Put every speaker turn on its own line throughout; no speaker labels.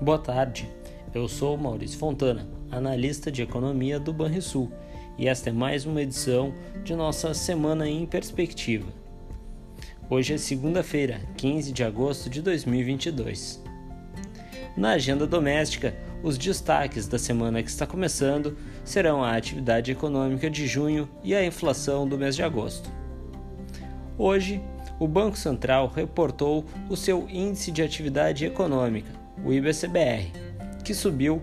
Boa tarde, eu sou Maurício Fontana, analista de economia do Banrisul, e esta é mais uma edição de nossa Semana em Perspectiva. Hoje é segunda-feira, 15 de agosto de 2022. Na agenda doméstica, os destaques da semana que está começando serão a atividade econômica de junho e a inflação do mês de agosto. Hoje, o Banco Central reportou o seu Índice de Atividade Econômica, o IBCBR, que subiu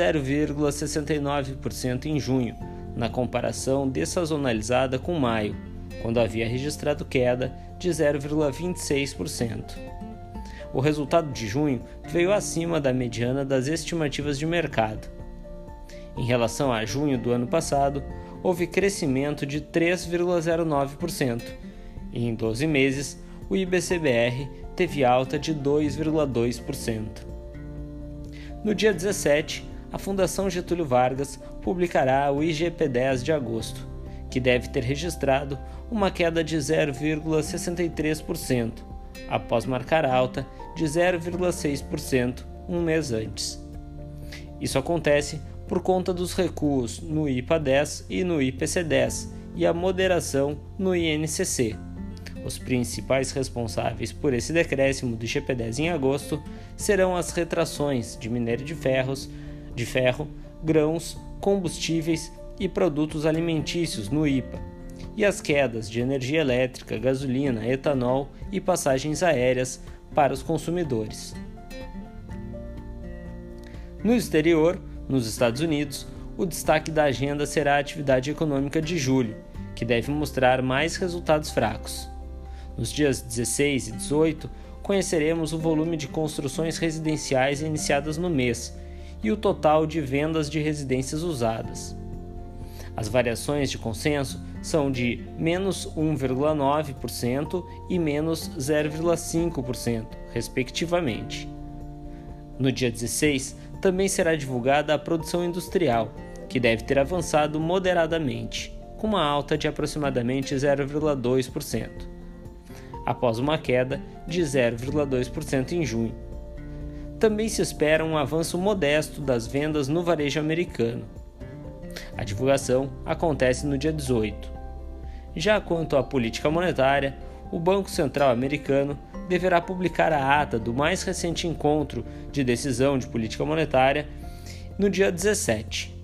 0,69% em junho, na comparação dessazonalizada com maio, quando havia registrado queda de 0,26%. O resultado de junho veio acima da mediana das estimativas de mercado. Em relação a junho do ano passado, houve crescimento de 3,09%, e em 12 meses, o IBCBR teve alta de 2,2%. No dia 17, a Fundação Getúlio Vargas publicará o IGP-10 de agosto, que deve ter registrado uma queda de 0,63%, após marcar alta de 0,6% um mês antes. Isso acontece por conta dos recuos no IPA-10 e no IPC-10 e a moderação no INCC. Os principais responsáveis por esse decréscimo do IGP-10 em agosto serão as retrações de minério de ferro, grãos, combustíveis e produtos alimentícios no IPA, e as quedas de energia elétrica, gasolina, etanol e passagens aéreas para os consumidores. No exterior, nos Estados Unidos, o destaque da agenda será a atividade econômica de julho, que deve mostrar mais resultados fracos. Nos dias 16 e 18, conheceremos o volume de construções residenciais iniciadas no mês e o total de vendas de residências usadas. As variações de consenso são de menos 1,9% e menos 0,5%, respectivamente. No dia 16, também será divulgada a produção industrial, que deve ter avançado moderadamente, com uma alta de aproximadamente 0,2%. Após uma queda de 0,2% em junho. Também se espera um avanço modesto das vendas no varejo americano. A divulgação acontece no dia 18. Já quanto à política monetária, o Banco Central americano deverá publicar a ata do mais recente encontro de decisão de política monetária no dia 17.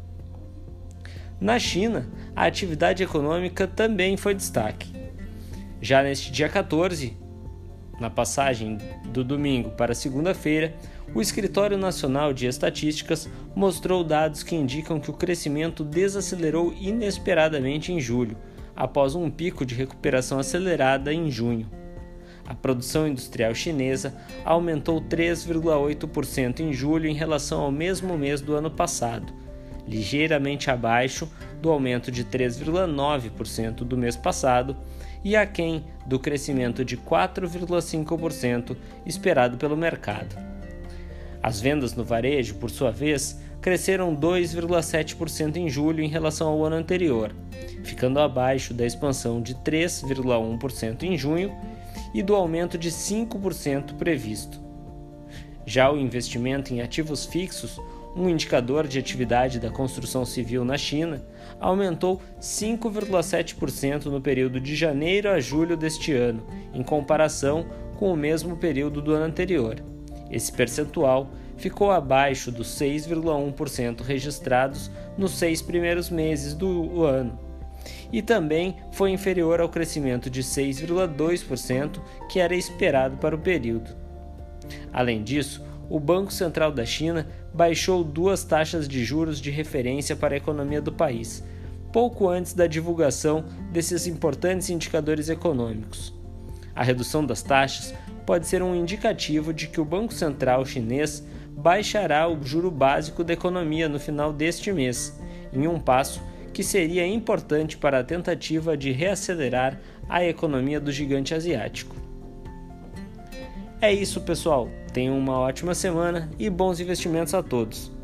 Na China, a atividade econômica também foi destaque. Já neste dia 14, na passagem do domingo para segunda-feira, o Escritório Nacional de Estatísticas mostrou dados que indicam que o crescimento desacelerou inesperadamente em julho, após um pico de recuperação acelerada em junho. A produção industrial chinesa aumentou 3,8% em julho em relação ao mesmo mês do ano passado, ligeiramente abaixo do aumento de 3,9% do mês passado e aquém do crescimento de 4,5% esperado pelo mercado. As vendas no varejo, por sua vez, cresceram 2,7% em julho em relação ao ano anterior, ficando abaixo da expansão de 3,1% em junho e do aumento de 5% previsto. Já o investimento em ativos fixos, um indicador de atividade da construção civil na China, aumentou 5,7% no período de janeiro a julho deste ano, em comparação com o mesmo período do ano anterior. Esse percentual ficou abaixo dos 6,1% registrados nos 6 primeiros meses do ano, e também foi inferior ao crescimento de 6,2% que era esperado para o período. Além disso, o Banco Central da China baixou 2 taxas de juros de referência para a economia do país, pouco antes da divulgação desses importantes indicadores econômicos. A redução das taxas pode ser um indicativo de que o Banco Central chinês baixará o juro básico da economia no final deste mês, em um passo que seria importante para a tentativa de reacelerar a economia do gigante asiático. É isso, pessoal. Tenham uma ótima semana e bons investimentos a todos.